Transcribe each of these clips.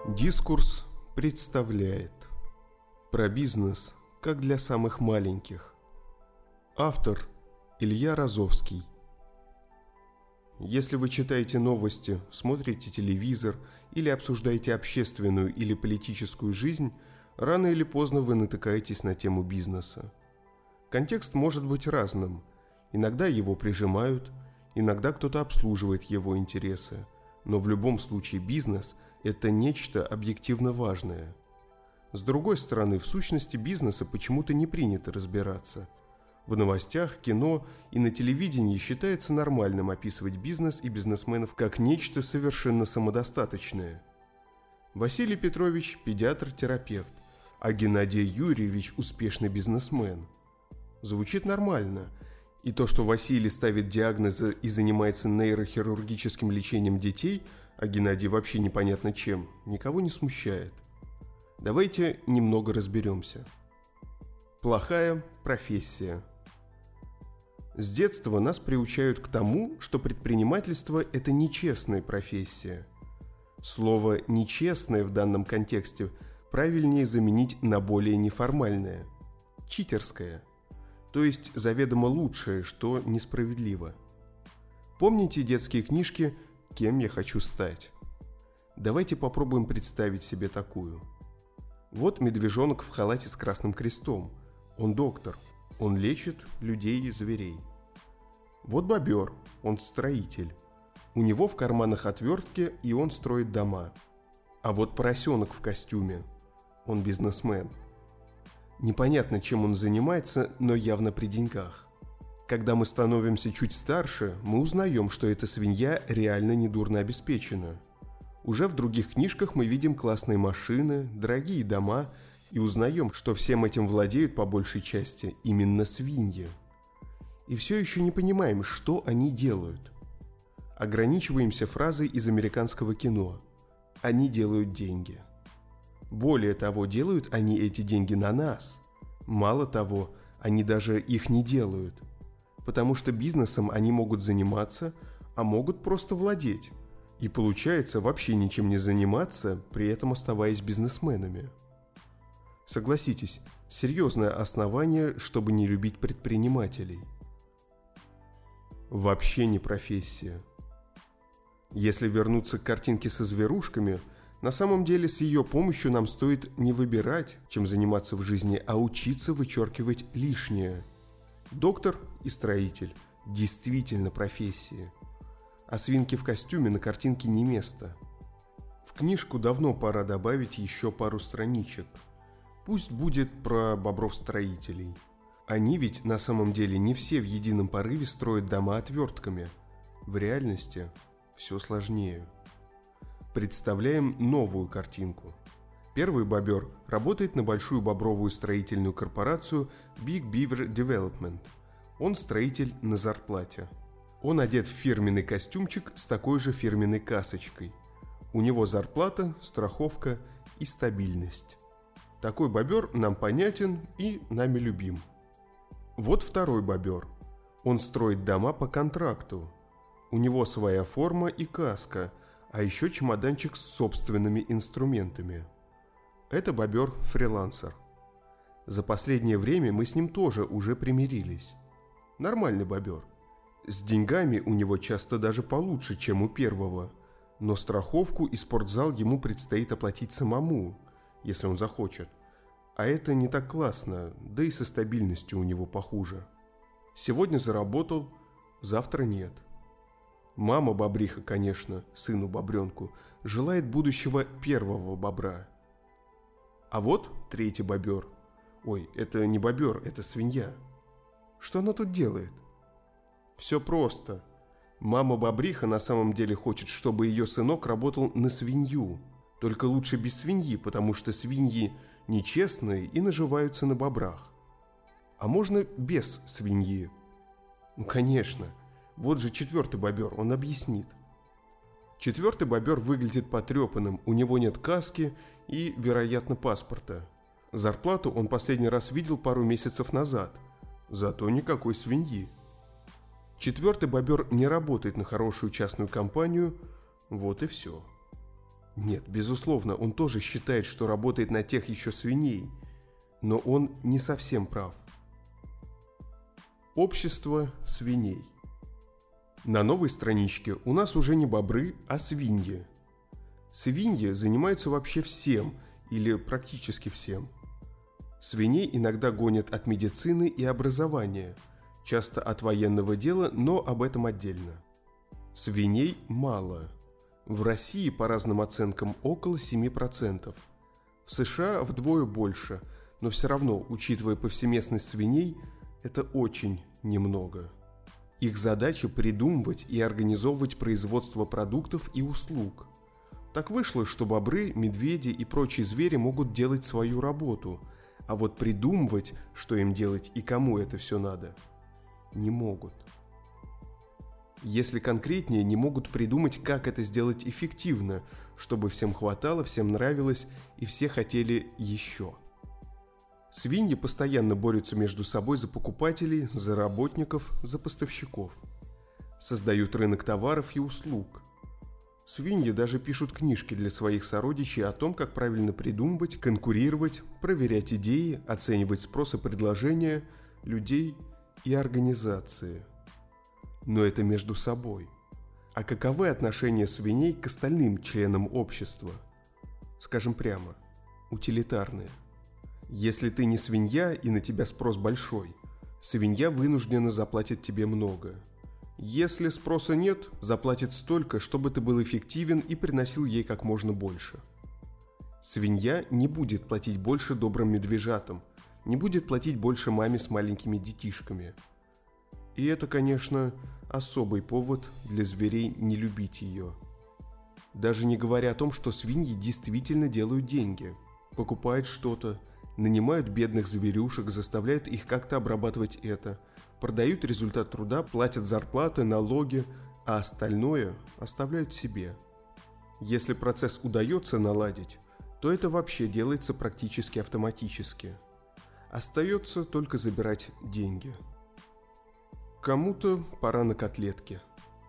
Дискурс представляет про бизнес как для самых маленьких. Автор Илья Розовский. Если вы читаете новости, смотрите телевизор или обсуждаете общественную или политическую жизнь, рано или поздно вы натыкаетесь на тему бизнеса. Контекст может быть разным. Иногда его прижимают, иногда кто-то обслуживает его интересы. Но в любом случае бизнес – это нечто объективно важное. С другой стороны, в сущности бизнеса почему-то не принято разбираться. В новостях, кино и на телевидении считается нормальным описывать бизнес и бизнесменов как нечто совершенно самодостаточное. Василий Петрович – педиатр-терапевт, а Геннадий Юрьевич – успешный бизнесмен. Звучит нормально. И то, что Василий ставит диагнозы и занимается нейрохирургическим лечением детей, а Геннадий вообще непонятно чем, никого не смущает. Давайте немного разберемся. Плохая профессия. С детства нас приучают к тому, что предпринимательство – это нечестная профессия. Слово «нечестное» в данном контексте правильнее заменить на более неформальное – читерское. То есть заведомо лучшее, что несправедливо. Помните детские книжки «Кем я хочу стать»? Давайте попробуем представить себе такую. Вот медвежонок в халате с красным крестом. Он доктор. Он лечит людей и зверей. Вот бобер. Он строитель. У него в карманах отвертки, и он строит дома. А вот поросенок в костюме. Он бизнесмен. Непонятно, чем он занимается, но явно при деньгах. Когда мы становимся чуть старше, мы узнаем, что эта свинья реально недурно обеспечена. Уже в других книжках мы видим классные машины, дорогие дома и узнаем, что всем этим владеют по большей части именно свиньи. И все еще не понимаем, что они делают. Ограничиваемся фразой из американского кино «Они делают деньги». Более того, делают они эти деньги на нас. Мало того, они даже их не делают. Потому что бизнесом они могут заниматься, а могут просто владеть. И получается вообще ничем не заниматься, при этом оставаясь бизнесменами. Согласитесь, серьезное основание, чтобы не любить предпринимателей. Вообще не профессия. Если вернуться к картинке со зверушками, на самом деле с ее помощью нам стоит не выбирать, чем заниматься в жизни, а учиться вычеркивать лишнее. Доктор и строитель – действительно профессии. А свинке в костюме на картинке не место. В книжку давно пора добавить еще пару страничек. Пусть будет про бобров-строителей. Они ведь на самом деле не все в едином порыве строят дома отвертками. В реальности все сложнее. Представляем новую картинку. Первый бобер работает на большую бобровую строительную корпорацию Big Beaver Development. Он строитель на зарплате. Он одет в фирменный костюмчик с такой же фирменной касочкой. У него зарплата, страховка и стабильность. Такой бобер нам понятен и нами любим. Вот второй бобер. Он строит дома по контракту. У него своя форма и каска, а еще чемоданчик с собственными инструментами. Это бобер-фрилансер. За последнее время мы с ним тоже уже примирились. Нормальный бобер. С деньгами у него часто даже получше, чем у первого. Но страховку и спортзал ему предстоит оплатить самому, если он захочет. А это не так классно, да и со стабильностью у него похуже. Сегодня заработал, завтра нет. Мама бобриха, конечно, сыну бобренку, желает будущего первого бобра. А вот третий бобер. Ой, это не бобер, это свинья. Что она тут делает? Все просто. Мама бобриха на самом деле хочет, чтобы ее сынок работал на свинью. Только лучше без свиньи, потому что свиньи нечестные и наживаются на бобрах. А можно без свиньи? Ну, конечно. Вот же четвертый бобер, он объяснит. Четвертый бобер выглядит потрепанным, у него нет каски и, вероятно, паспорта. Зарплату он последний раз видел пару месяцев назад, зато никакой свиньи. Четвертый бобер не работает на хорошую частную компанию, вот и все. Нет, безусловно, он тоже считает, что работает на тех еще свиней, но он не совсем прав. Общество свиней. На новой страничке у нас уже не бобры, а свиньи. Свиньи занимаются вообще всем, или практически всем. Свиней иногда гонят от медицины и образования, часто от военного дела, но об этом отдельно. Свиней мало. В России, по разным оценкам, около 7%. В США вдвое больше, но все равно, учитывая повсеместность свиней, это очень немного. Их задача придумывать и организовывать производство продуктов и услуг. Так вышло, что бобры, медведи и прочие звери могут делать свою работу, а вот придумывать, что им делать и кому это все надо, не могут. Если конкретнее, не могут придумать, как это сделать эффективно, чтобы всем хватало, всем нравилось и все хотели еще. Свиньи постоянно борются между собой за покупателей, за работников, за поставщиков. Создают рынок товаров и услуг. Свиньи даже пишут книжки для своих сородичей о том, как правильно придумывать, конкурировать, проверять идеи, оценивать спрос и предложения людей и организации. Но это между собой. А каковы отношения свиней к остальным членам общества? Скажем прямо, утилитарные. Если ты не свинья и на тебя спрос большой, свинья вынуждена заплатить тебе много. Если спроса нет, заплатит столько, чтобы ты был эффективен и приносил ей как можно больше. Свинья не будет платить больше добрым медвежатам, не будет платить больше маме с маленькими детишками. И это, конечно, особый повод для зверей не любить ее. Даже не говоря о том, что свиньи действительно делают деньги, покупают что-то, нанимают бедных зверюшек, заставляют их как-то обрабатывать это, продают результат труда, платят зарплаты, налоги, а остальное оставляют себе. Если процесс удается наладить, то это вообще делается практически автоматически. Остается только забирать деньги. Кому-то пора на котлетки.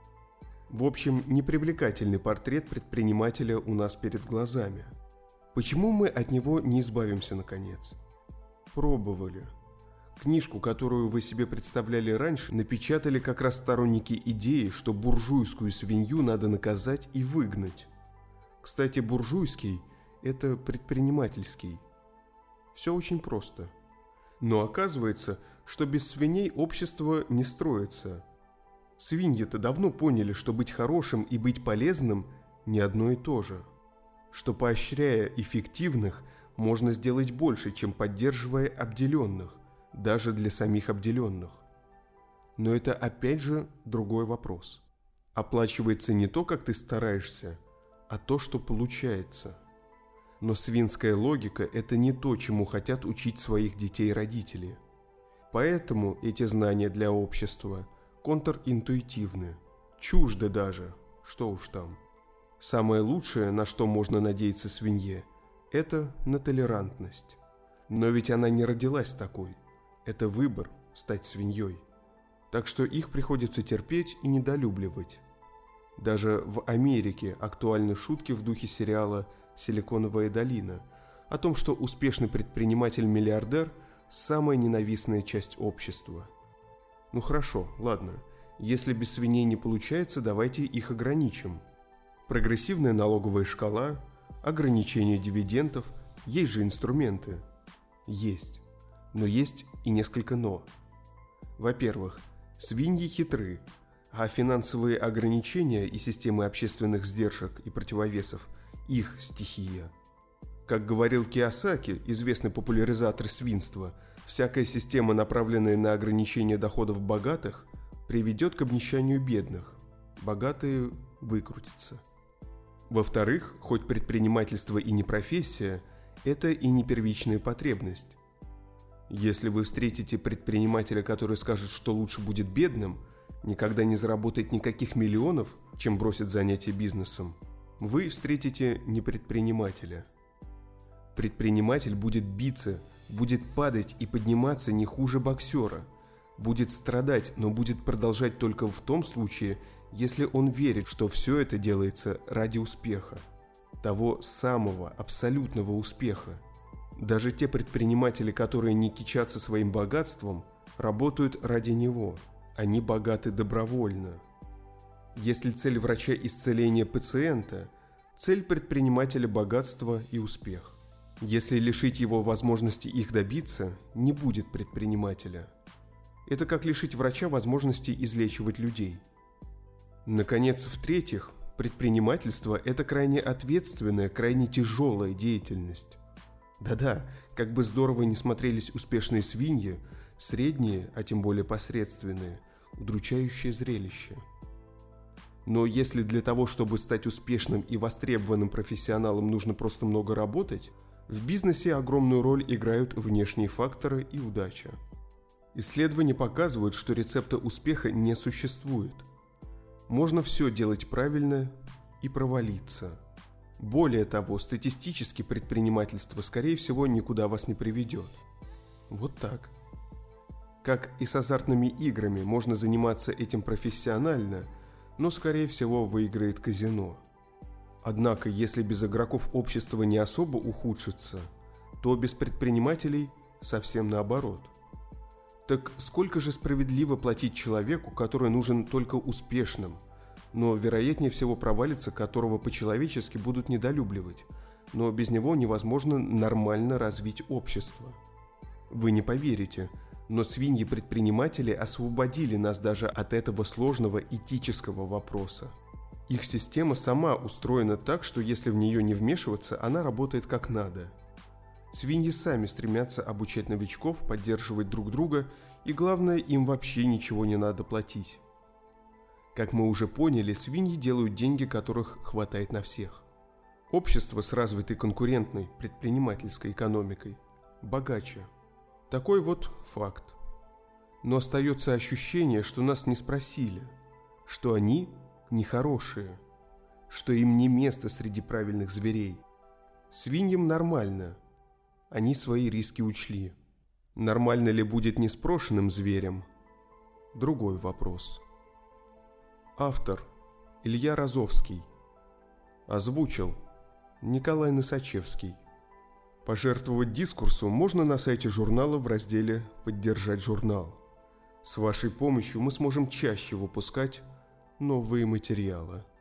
В общем, непривлекательный портрет предпринимателя у нас перед глазами. Почему мы от него не избавимся наконец? Пробовали. Книжку, которую вы себе представляли раньше, напечатали как раз сторонники идеи, что буржуйскую свинью надо наказать и выгнать. Кстати, буржуйский – это предпринимательский. Все очень просто. Но оказывается, что без свиней общество не строится. Свиньи-то давно поняли, что быть хорошим и быть полезным не одно и то же. Что поощряя эффективных, можно сделать больше, чем поддерживая обделенных, даже для самих обделенных. Но это опять же другой вопрос. Оплачивается не то, как ты стараешься, а то, что получается. Но свинская логика – это не то, чему хотят учить своих детей родители. Поэтому эти знания для общества контринтуитивны, чужды даже, что уж там. Самое лучшее, на что можно надеяться свинье, это на толерантность. Но ведь она не родилась такой. Это выбор – стать свиньей. Так что их приходится терпеть и недолюбливать. Даже в Америке актуальны шутки в духе сериала «Силиконовая долина» о том, что успешный предприниматель-миллиардер – самая ненавистная часть общества. Ну хорошо, ладно. Если без свиней не получается, давайте их ограничим. Прогрессивная налоговая шкала, ограничение дивидендов – есть же инструменты. Есть. Но есть и несколько «но». Во-первых, свиньи хитры, а финансовые ограничения и системы общественных сдержек и противовесов – их стихия. Как говорил Кийосаки, известный популяризатор свинства, всякая система, направленная на ограничение доходов богатых, приведет к обнищанию бедных. Богатые выкрутятся. Во-вторых, хоть предпринимательство и не профессия, это и не первичная потребность. Если вы встретите предпринимателя, который скажет, что лучше будет бедным, никогда не заработает никаких миллионов, чем бросит занятие бизнесом, вы встретите не предпринимателя. Предприниматель будет биться, будет падать и подниматься не хуже боксера, будет страдать, но будет продолжать только в том случае, если он верит, что все это делается ради успеха. того самого абсолютного успеха. Даже те предприниматели, которые не кичатся своим богатством, работают ради него. Они богаты добровольно. Если цель врача – исцеление пациента, цель предпринимателя – богатство и успех. Если лишить его возможности их добиться, не будет предпринимателя. Это как лишить врача возможности излечивать людей. Наконец, в-третьих, предпринимательство – это крайне ответственная, крайне тяжелая деятельность. Да-да, как бы здорово ни смотрелись успешные свиньи, средние, а тем более посредственные, удручающее зрелище. Но если для того, чтобы стать успешным и востребованным профессионалом, нужно просто много работать, в бизнесе огромную роль играют внешние факторы и удача. Исследования показывают, что рецепта успеха не существует. Можно все делать правильно и провалиться. Более того, статистически предпринимательство, скорее всего, никуда вас не приведет. Вот так. Как и с азартными играми, можно заниматься этим профессионально, но, скорее всего, выиграет казино. Однако, если без игроков общество не особо ухудшится, то без предпринимателей совсем наоборот. Так сколько же справедливо платить человеку, который нужен только успешным, но вероятнее всего провалится, которого по-человечески будут недолюбливать, но без него невозможно нормально развить общество? Вы не поверите, но свиньи-предприниматели освободили нас даже от этого сложного этического вопроса. Их система сама устроена так, что если в нее не вмешиваться, она работает как надо. Свиньи сами стремятся обучать новичков, поддерживать друг друга, и главное, им вообще ничего не надо платить. Как мы уже поняли, свиньи делают деньги, которых хватает на всех. Общество с развитой конкурентной предпринимательской экономикой богаче. Такой вот факт. Но остается ощущение, что нас не спросили, что они нехорошие, что им не место среди правильных зверей. Свиньям нормально. Они свои риски учли. Нормально ли будет неспрошенным зверям? Другой вопрос. Автор Илья Розовский. Озвучил Николай Носачевский. Пожертвовать дискурсу можно на сайте журнала в разделе «Поддержать журнал». С вашей помощью мы сможем чаще выпускать новые материалы.